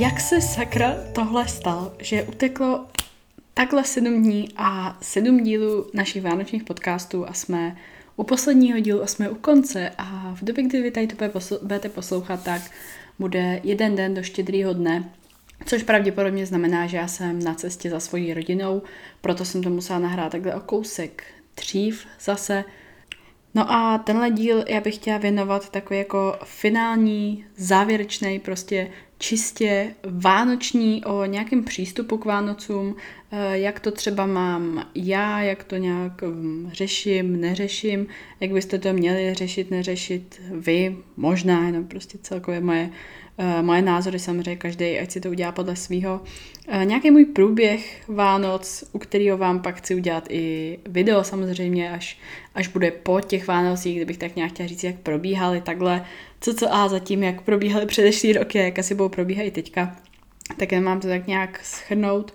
Jak se sakra tohle stalo, že uteklo takhle 7 dní a 7 dílů našich vánočních podcastů a jsme u posledního dílu a jsme u konce a v době, kdy vy tady to budete poslouchat, tak bude jeden den do Štědrýho dne, což pravděpodobně znamená, že já jsem na cestě za svojí rodinou, proto jsem to musela nahrát takhle o kousek dřív zase. No a tenhle díl já bych chtěla věnovat takový jako finální, závěrečný, prostě čistě vánoční o nějakém přístupu k Vánocům, jak to třeba mám já, jak to nějak řeším, neřeším, jak byste to měli řešit, neřešit vy, možná, jenom prostě celkově moje názory, samozřejmě každý, ať si to udělá podle svýho. Nějaký můj průběh Vánoc, u kterého vám pak chci udělat i video samozřejmě, až bude po těch Vánocích, kdybych tak nějak chtěla říct, jak probíhaly takhle, a zatím, jak probíhaly předešlý roky a jak asi budou probíhat i teďka, tak jen mám to tak nějak shrnout.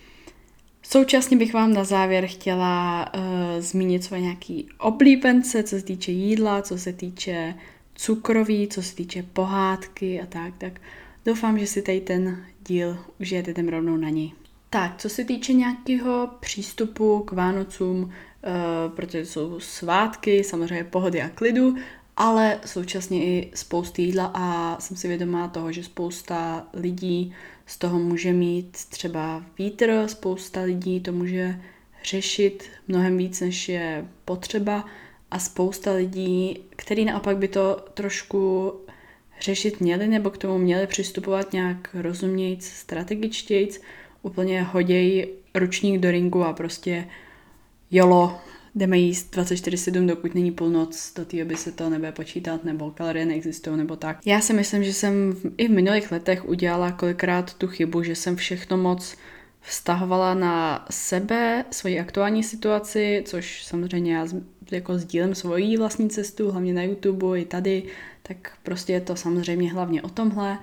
Současně bych vám na závěr chtěla zmínit svoje nějaký oblíbence, co se týče jídla, co se týče cukroví, co se týče pohádky a tak doufám, že si tady ten díl užijete, jdem rovnou na něj. Tak, co se týče nějakého přístupu k Vánocům, protože jsou svátky, samozřejmě pohody a klidu, ale současně i spousty jídla a jsem si vědomá toho, že spousta lidí z toho může mít třeba vítr, spousta lidí to může řešit mnohem víc, než je potřeba a spousta lidí, který naopak by to trošku řešit měli nebo k tomu měli přistupovat nějak rozumnějc, strategičtějc, úplně hoděj ručník do ringu a prostě jolo, jdeme jíst 24/7, dokud není půlnoc, do té doby se to nebude počítat, nebo kalorie neexistují, nebo tak. Já si myslím, že jsem i v minulých letech udělala kolikrát tu chybu, že jsem všechno moc vztahovala na sebe, svoji aktuální situaci, což samozřejmě já jako sdílím svoji vlastní cestu, hlavně na YouTube i tady, tak prostě je to samozřejmě hlavně o tomhle,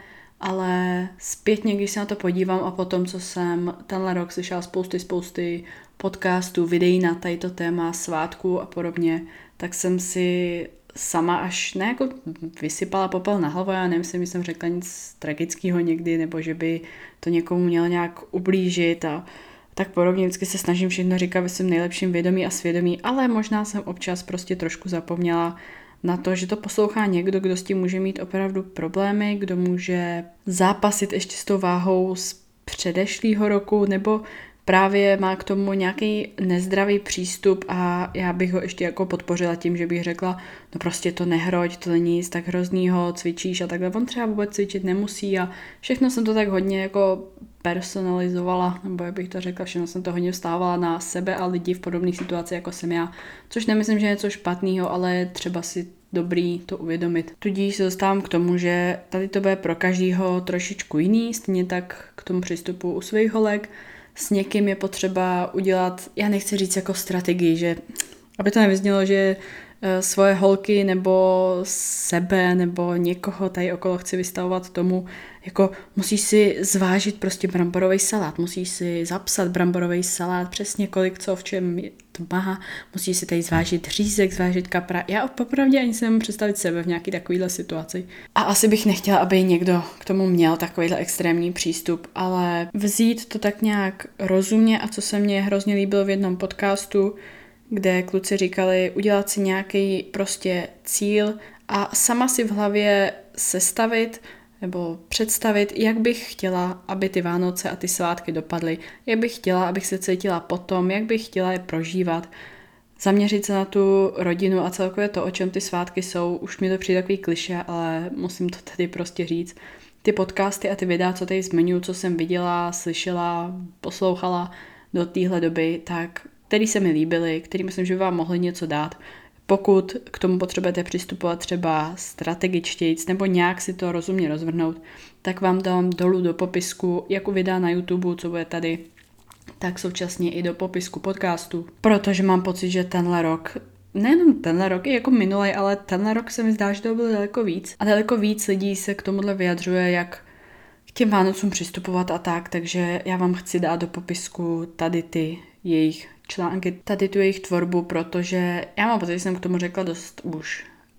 ale zpětně, když se na to podívám a potom, co jsem tenhle rok slyšela spousty podcastů, videí na tato téma, svátků a podobně, tak jsem si sama až ne jako vysypala popel na hlavu, já nevím, že jsem řekla nic tragického někdy, nebo že by to někomu mělo nějak ublížit a tak podobně. Vždycky se snažím všechno říkat ve svém nejlepším vědomí a svědomí, ale možná jsem občas prostě trošku zapomněla na to, že to poslouchá někdo, kdo s tím může mít opravdu problémy, kdo může zápasit ještě s tou váhou z předešlého roku, nebo právě má k tomu nějaký nezdravý přístup a já bych ho ještě jako podpořila tím, že bych řekla, no prostě to nehroď, to není nic tak hroznýho, cvičíš a takhle. On třeba vůbec cvičit nemusí a všechno jsem to tak hodně jako personalizovala, nebo jak bych to řekla, všechno jsem to hodně vstávala na sebe a lidi v podobných situacích, jako jsem já, což nemyslím, že je něco špatného, ale je třeba si dobrý to uvědomit. Tudíž se dostávám k tomu, že tady to bude pro každýho trošičku jiný, stejně tak k tomu přístupu u svých holek. S někým je potřeba udělat, já nechci říct jako strategii, že aby to nevyznělo, že svoje holky nebo sebe nebo někoho tady okolo chci vystavovat tomu, jako musíš si zvážit prostě bramborový salát, musíš si zapsat bramborový salát, přesně kolik co v čem to má, musíš si tady zvážit řízek, zvážit kapra. Já popravdě ani si nemůžu představit sebe v nějaký takovýhle situaci. A asi bych nechtěla, aby někdo k tomu měl takovýhle extrémní přístup, ale vzít to tak nějak rozumně a co se mně hrozně líbilo v jednom podcastu, kde kluci říkali udělat si nějaký prostě cíl a sama si v hlavě sestavit nebo představit, jak bych chtěla, aby ty Vánoce a ty svátky dopadly, jak bych chtěla, abych se cítila potom, jak bych chtěla je prožívat, zaměřit se na tu rodinu a celkově to, o čem ty svátky jsou. Už mi to přijde takový klišé, ale musím to tady prostě říct. Ty podcasty a ty videa, co tady zmiňuji, co jsem viděla, slyšela, poslouchala do téhle doby, tak který se mi líbily, který myslím, že by vám mohli něco dát. Pokud k tomu potřebujete přistupovat třeba strategičtějc nebo nějak si to rozumně rozvrhnout, tak vám dám dolů do popisku, jak u videa na YouTube, co bude tady, tak současně i do popisku podcastu. Protože mám pocit, že tenhle rok, nejenom tenhle rok, i jako minulej, ale tenhle rok se mi zdá, že to bylo daleko víc. A daleko víc lidí se k tomuhle vyjadřuje, jak k těm Vánocům přistupovat a tak, takže já vám chci dát do popisku tady ty jejich články, tady tu jejich tvorbu, protože já mám pocit, že jsem k tomu řekla dost už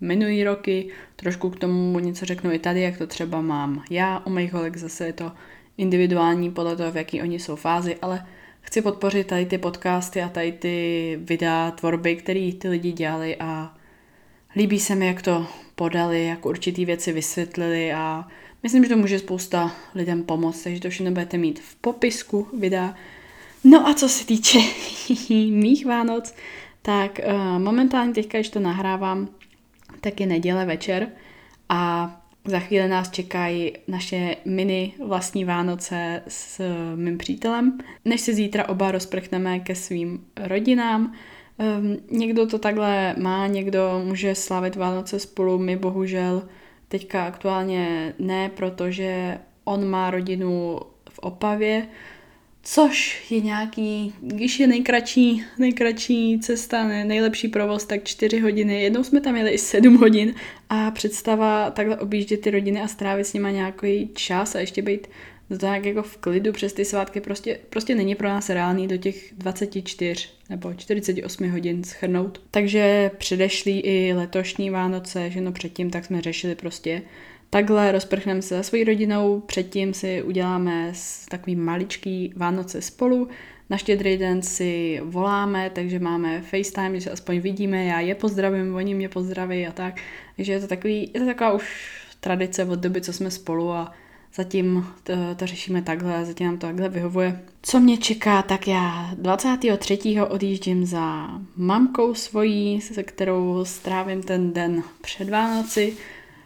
minulý roky, trošku k tomu něco řeknu i tady, jak to třeba mám já, u mých holek zase je to individuální podle toho, v jaký oni jsou fázi, ale chci podpořit tady ty podcasty a tady ty videa, tvorby, které ty lidi dělali a líbí se mi, jak to podali, jak určitý věci vysvětlili a myslím, že to může spousta lidem pomoct, takže to všechno budete mít v popisku videa. No a co se týče mých Vánoc, tak momentálně teďka, když to nahrávám, tak je neděle večer a za chvíli nás čekají naše mini vlastní Vánoce s mým přítelem, než se zítra oba rozprchneme ke svým rodinám. Někdo to takhle má, někdo může slavit Vánoce spolu, my bohužel teďka aktuálně ne, protože on má rodinu v Opavě, což je nějaký, když je nejkratší cesta, nejlepší provoz, tak 4 hodiny. Jednou jsme tam jeli i 7 hodin a představa takhle objíždět ty rodiny a strávit s nima nějaký čas a ještě být tak jako v klidu přes ty svátky prostě není pro nás reálný do těch 24 nebo 48 hodin schrnout. Takže předešlý i letošní Vánoce, že no předtím, tak jsme řešili prostě takhle, rozprchneme se se svojí rodinou, předtím si uděláme takový maličký Vánoce spolu, na Štědrý den si voláme, takže máme FaceTime, že se aspoň vidíme, já je pozdravím, oni mě pozdraví a tak, takže je to taková už tradice od doby, co jsme spolu a zatím to řešíme takhle, zatím nám to takhle vyhovuje. Co mě čeká, tak já 23. odjíždím za mamkou svojí, se kterou strávím ten den před Vánoci.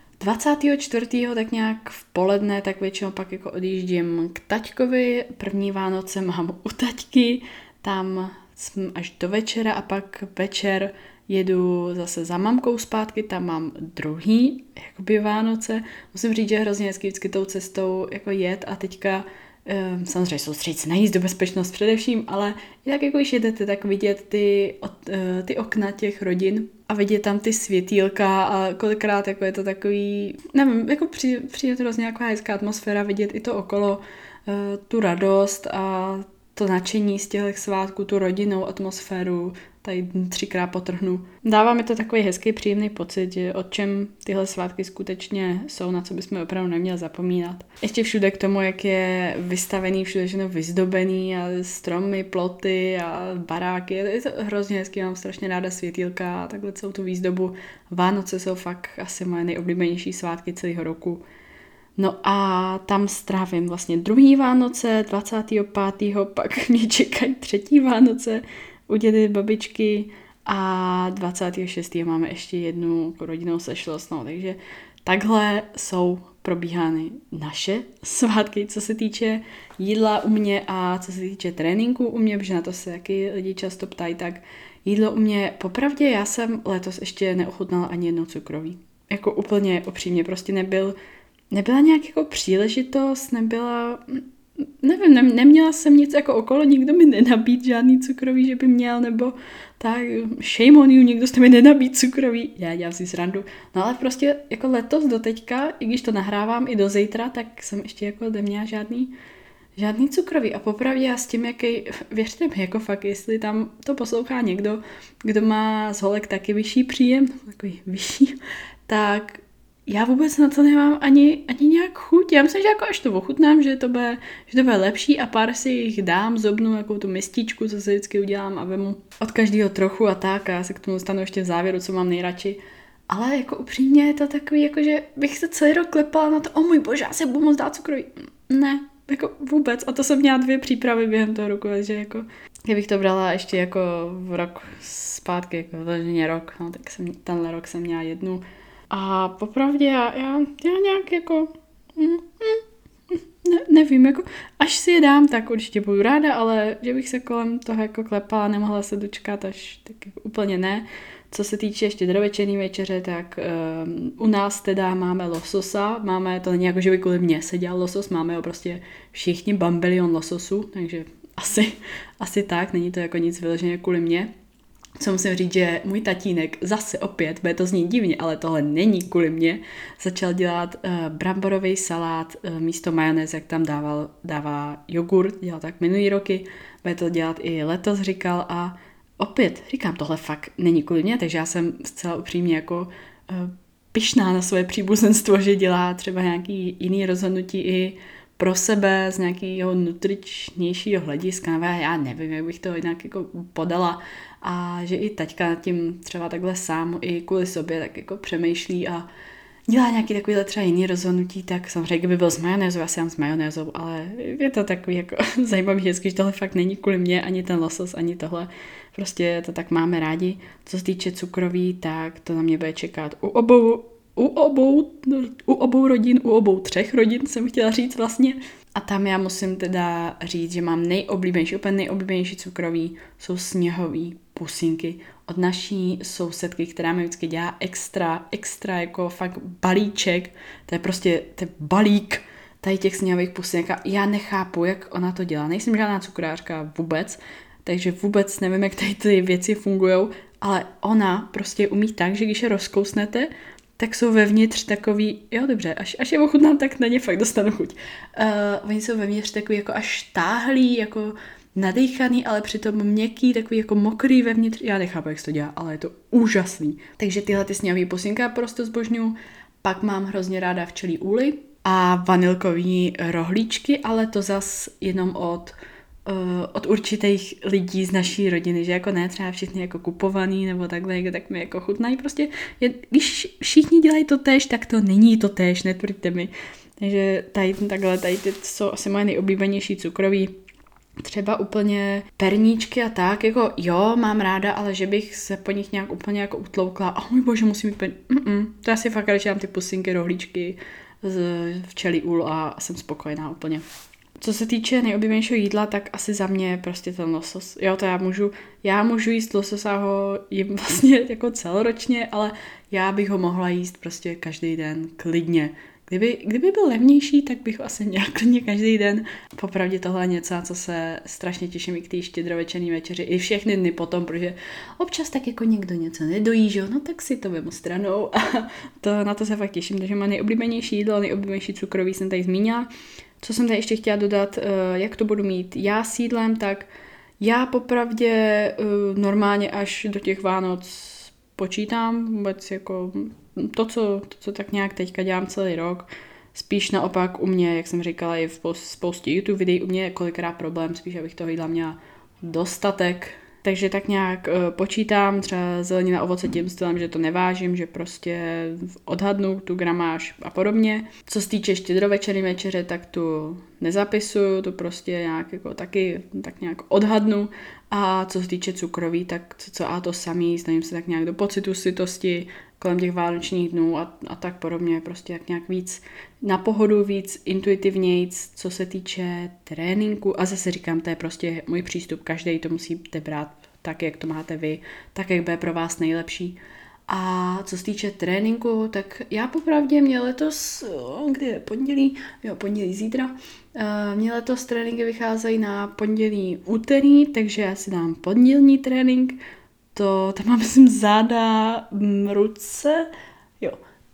24. tak nějak v poledne, tak většinou pak jako odjíždím k taťkovi. První Vánoce mám u taťky, tam jsem až do večera a pak večer jedu zase za mamkou zpátky, tam mám druhý jakoby Vánoce. Musím říct, že hrozně hezky vždycky tou cestou jako jet a teďka samozřejmě soustředit se na jízdu, bezpečnost především, ale i tak jako když jedete, tak vidět ty okna těch rodin a vidět tam ty světýlka a kolikrát jako je to takový, nevím, jako přijde to hrozně nějaká hezká atmosféra, vidět i to okolo, tu radost a to nadšení z těch svátků, tu rodinnou atmosféru, tady 3krát potrhnu. Dává mi to takový hezký, příjemný pocit, že o čem tyhle svátky skutečně jsou, na co bychom opravdu neměli zapomínat. Ještě všude k tomu, jak je vystavený, všude všechno vyzdobený a stromy, ploty a baráky. Je to hrozně hezký, mám strašně ráda světýlka a takhle celou tu výzdobu. Vánoce jsou fakt asi moje nejoblíbenější svátky celého roku. No a tam strávím vlastně druhý Vánoce, 25. pak mě čekají třetí Vánoce u dědy, babičky a 26. máme ještě jednu rodinnou sešlost, no, takže takhle jsou probíhány naše svátky, co se týče jídla u mě a co se týče tréninku u mě, protože na to se taky lidi často ptají, tak jídlo u mě, popravdě já jsem letos ještě neochutnala ani jednou cukroví. Jako úplně upřímně, prostě nebyla nějak jako příležitost, nevím, neměla jsem nic jako okolo, nikdo mi nenabít žádný cukroví, že by měl, nebo tak, shame on you, nikdo jste mi nenabít cukroví, já dělám si srandu, no ale prostě jako letos do teďka, i když to nahrávám i do zítra, tak jsem ještě jako neměla žádný cukroví a popravdě já s tím, věřte mi, jako fakt, jestli tam to poslouchá někdo, kdo má z holek taky vyšší příjem, takový vyšší, tak já vůbec na to nemám ani nějak chuť. Já myslím, že jako až to ochutnám, že to bude lepší a pár si jich dám, zobnu jako tu mističku, co si vždycky udělám a vemu od každého trochu a tak a já se k tomu dostanu ještě v závěru, co mám nejradši. Ale jako upřímně je to takový, jako že bych se celý rok klepala na to, o můj bože, já se budu moc dát cukroví. Ne, jako vůbec. A to jsem měla 2 přípravy během toho roku, takže jako kdybych to brala ještě jako v rok zpátky, jako vloženě rok, no, tak tenhle rok jsem měla 1. A popravdě já nějak jako, nevím, jako až si je dám, tak určitě budu ráda, ale že bych se kolem toho jako klepala, nemohla se dočkat, až tak jako úplně ne. Co se týče ještě večerní večeře, tak u nás teda máme lososa, to není jako, že by kvůli mně se dělal losos, máme ho prostě všichni bambilion lososu, takže asi tak, není to jako nic vyloženě kvůli mně. Co musím říct, že můj tatínek zase opět, bude to znít divně, ale tohle není kvůli mně, začal dělat bramborový salát místo majonézy, jak tam dává jogurt, dělal tak minulý roky, bude to dělat i letos, říkal a opět říkám, tohle fakt není kvůli mně, takže já jsem zcela upřímně jako pyšná na svoje příbuzenstvo, že dělá třeba nějaký jiný rozhodnutí i pro sebe z nějakého nutričnějšího hlediska, nebo já nevím, jak bych to jinak jako podala, a že i taťka nad tím třeba takhle sám i kvůli sobě tak jako přemýšlí a dělá nějaký takovýhle třeba jiný rozhodnutí, tak samozřejmě, kdyby byl s majonézou, já si dám s majonézou, ale je to takový jako zajímavý vždycky, že tohle fakt není kvůli mě, ani ten losos, ani tohle. Prostě to tak máme rádi. Co se týče cukroví, tak to na mě bude čekat u obou rodin, u obou 3 rodin jsem chtěla říct vlastně. A tam já musím teda říct, že mám úplně nejoblíbenější cukroví jsou sněhový pusinky od naší sousedky, která mi vždycky dělá extra jako fakt balíček, to je balík tady těch sněhových pusinek a já nechápu, jak ona to dělá. Nejsem žádná cukrářka vůbec, takže vůbec nevím, jak tady ty věci fungujou, ale ona prostě umí tak, že když je rozkousnete, tak jsou vevnitř takový, jo dobře, až je ochutnám, tak na ně fakt dostanu chuť. Oni jsou vevnitř takový jako až táhlý, jako nadýchaný, ale přitom měkký, takový jako mokrý vevnitř. Já nechápu, jak se to dělá, ale je to úžasný. Takže tyhle ty sněhový pusinky já prostě zbožňuju. Pak mám hrozně ráda včelí úly a vanilkový rohlíčky, ale to zas jenom od určitých lidí z naší rodiny, že jako ne třeba všichni jako kupovaný nebo takhle, tak mi jako chutnají. Prostě, když všichni dělají to též, tak to není to též, netvrďte mi. Takže tady ty jsou asi moje nejoblíbenější cukroví. Třeba úplně perníčky a tak, jako jo, mám ráda, ale že bych se po nich nějak úplně jako utloukla, a můj bože, musím mít to já si fakt radši dám ty pusinky, rohlíčky z včelí úl a jsem spokojená úplně. Co se týče nejoblíbenějšího jídla, tak asi za mě prostě ten losos. Jo, to já můžu jíst losos a ho jím vlastně jako celoročně, ale já bych ho mohla jíst prostě každý den klidně. Kdyby byl levnější, tak bych ho asi měla klidně každý den. Popravdě tohle je něco, co se strašně těším i k té štědrovečerní večeři, i všechny dny potom, protože občas tak jako někdo něco nedojí, že jo, no tak si to vemu stranou a na to se fakt těším. Takže mám nejoblíbenější jídlo, nejoblíbenější cukroví jsem tady zmínila. Co jsem tady ještě chtěla dodat, jak to budu mít já s jídlem, tak já popravdě normálně až do těch Vánoc počítám vůbec jako to, co tak nějak teďka dělám celý rok. Spíš naopak u mě, jak jsem říkala i v spoustě YouTube videí, u mě je kolikrát problém, spíš abych toho jídla měla dostatek. Takže tak nějak počítám třeba zelenina, ovoce tím stylem, že to nevážím, že prostě odhadnu tu gramáž a podobně. Co se týče štědrovečerní večeře, tak tu nezapisuju, to prostě nějak jako taky tak nějak odhadnu. A co se týče cukroví, tak co a to samý, snažím se tak nějak do pocitu sytosti kolem těch vánočních dnů a tak podobně, prostě jak nějak víc na pohodu, víc intuitivnějc, co se týče tréninku. A zase říkám, to je prostě můj přístup, každý to musíte brát tak, jak to máte vy, tak, jak bude pro vás nejlepší. A co se týče tréninku, tak já popravdě mě letos, kdy je pondělí? Jo, pondělí zítra. Mě letos tréninky vycházejí na pondělí, úterý, takže já si dám pondělní trénink. Tam mám, myslím, záda, ruce, jo.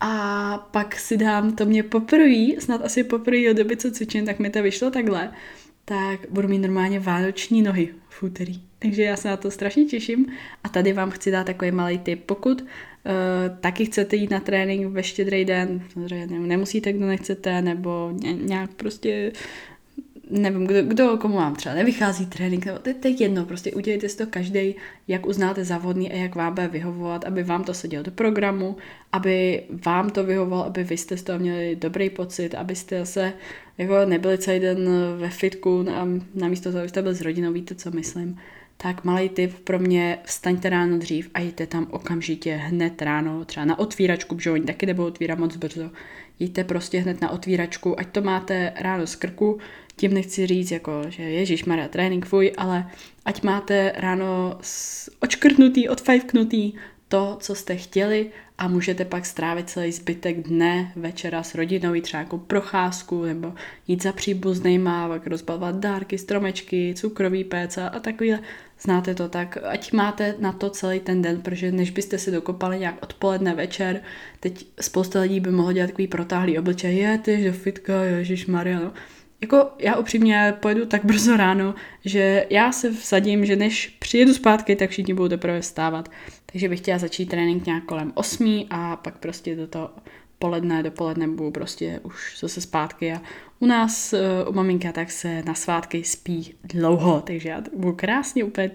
A pak si dám, to mě snad asi poprvé od doby, co cvičím, tak mi to vyšlo takhle. Tak budu mít normálně vánoční nohy v úterý. Takže já se na to strašně těším a tady vám chci dát takový malý tip. Pokud taky chcete jít na trénink ve štědrý den, samozřejmě nemusíte, kdo nechcete, nebo nějak prostě, nevím, kdo komu vám třeba nevychází trénink, nebo to je jedno, prostě udělejte si to každý, jak uznáte za vhodný a jak vám bude vyhovovat, aby vám to sedělo do programu, aby vám to vyhovovalo, aby vy jste z toho měli dobrý pocit, abyste se jako nebyli celý den ve fitku a namísto toho, abyste byli s rodinou, víte, co myslím. Tak malý tip pro mě, vstaňte ráno dřív a jděte tam okamžitě hned ráno, třeba na otvíračku, protože oni taky nebudou otvírat moc brzo. Jděte prostě hned na otvíračku, ať to máte ráno z krku, tím nechci říct, jako, že ježišmarja, trénink, fuj, ale ať máte ráno odškrtnutý, odfajfknutý to, co jste chtěli a můžete pak strávit celý zbytek dne, večera s rodinou, třeba jako procházku nebo jít za příbuznejma, pak rozbalovat dárky, stromečky, cukrový péce a takovýhle. Znáte to tak, ať máte na to celý ten den, protože než byste si dokopali nějak odpoledne, večer, teď spousta lidí by mohlo dělat takový protáhlý obličej, ty jdeš do fitka, ježišmarja, no. jako já upřímně pojedu tak brzo ráno, že já se vsadím, že než přijedu zpátky, tak všichni budou teprve vstávat. Takže bych chtěla začít trénink nějak kolem 8 a pak prostě do toho dopoledne budu prostě už zase zpátky a u nás, u maminka, tak se na svátky spí dlouho, takže já budu krásně úplně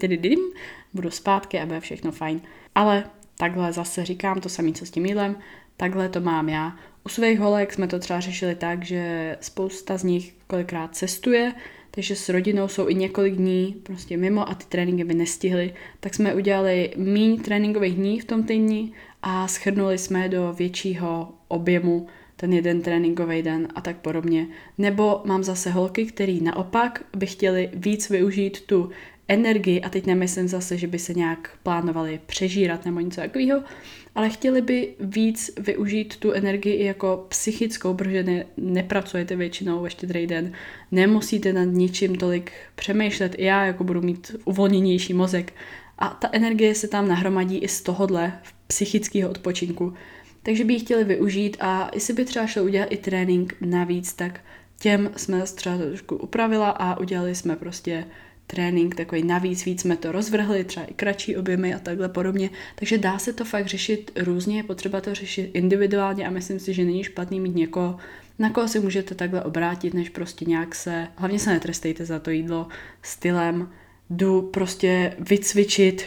budu zpátky a bude všechno fajn. Ale takhle zase říkám to samé, co s tím jídlem, takhle to mám já. U svých holek jsme to třeba řešili tak, že spousta z nich kolikrát cestuje, takže s rodinou jsou i několik dní prostě mimo a ty tréninky by nestihly, tak jsme udělali míň tréninkových dní v tom týdni a shrnuli jsme do většího objemu ten jeden tréninkový den a tak podobně. Nebo mám zase holky, který naopak by chtěli víc využít tu energii, a teď nemyslím zase, že by se nějak plánovali přežírat nebo něco takového, ale chtěli by víc využít tu energii i jako psychickou, protože nepracujete většinou ve štědrý den, nemusíte nad ničím tolik přemýšlet, i já jako budu mít uvolněnější mozek a ta energie se tam nahromadí i z tohohle psychického odpočinku. Takže by ji chtěli využít a jestli by třeba šlo udělat i trénink navíc, tak těm jsme třeba trošku upravila a udělali jsme prostě trénink takový navíc, víc jsme to rozvrhli, třeba i kratší objemy a takhle podobně. Takže dá se to fakt řešit různě, je potřeba to řešit individuálně a myslím si, že není špatný mít někoho, na koho si můžete takhle obrátit, než prostě nějak hlavně se netrestejte za to jídlo stylem, jdu prostě vycvičit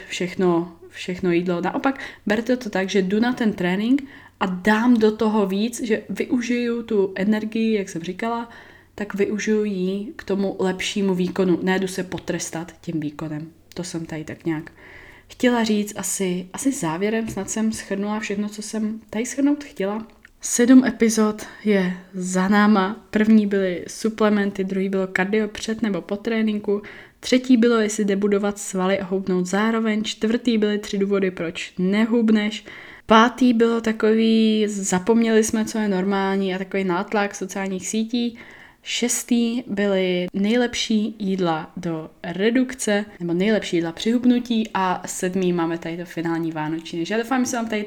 všechno jídlo. Naopak berte to tak, že jdu na ten trénink a dám do toho víc, že využiju tu energii, jak jsem říkala, tak využiju ji k tomu lepšímu výkonu. Nejdu se potrestat tím výkonem. To jsem tady tak nějak chtěla říct. Asi závěrem snad jsem shrnula všechno, co jsem tady shrnout chtěla. 7 epizod je za náma. První byly suplementy, druhý bylo kardio před nebo po tréninku, třetí bylo, jestli jde budovat svaly a hubnout zároveň, čtvrtý byly 3 důvody, proč nehubneš, pátý bylo takový, zapomněli jsme, co je normální a takový nátlak sociálních sítí, 6. byly nejlepší jídla do redukce, nebo nejlepší jídla při hubnutí a 7. máme tady to finální vánoční. Takže já doufám, že se vám tady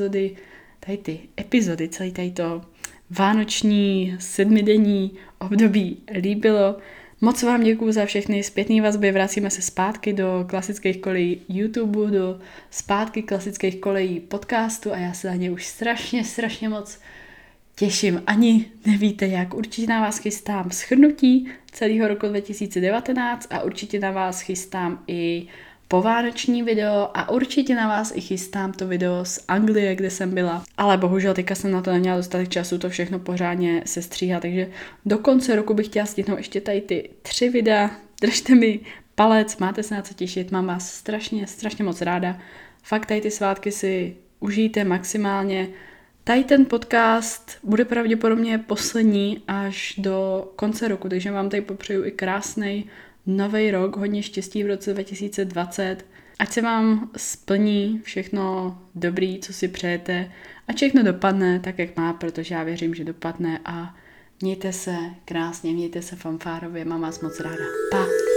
ty epizody, celý tady to vánoční 7denní období líbilo. Moc vám děkuju za všechny zpětné vazby, vracíme se zpátky do klasických kolejí YouTube, do zpátky klasických kolejí podcastu a já se na ně už strašně moc těším. Ani nevíte jak. Určitě na vás chystám shrnutí celého roku 2019 a určitě na vás chystám i povánoční video a určitě na vás i chystám to video z Anglie, kde jsem byla. Ale bohužel teďka jsem na to neměla dostatek času to všechno pořádně sestříhat, takže do konce roku bych chtěla stihnout ještě tady ty 3 videa. Držte mi palec, máte se na co těšit, mám vás strašně moc ráda. Fakt tady ty svátky si užijte maximálně. Tady ten podcast bude pravděpodobně poslední až do konce roku, takže vám tady popřeju i krásnej nový rok, hodně štěstí v roce 2020. Ať se vám splní všechno dobrý, co si přejete, ať všechno dopadne tak, jak má, protože já věřím, že dopadne a mějte se krásně, mějte se fanfárově, mám vás moc ráda. Pa!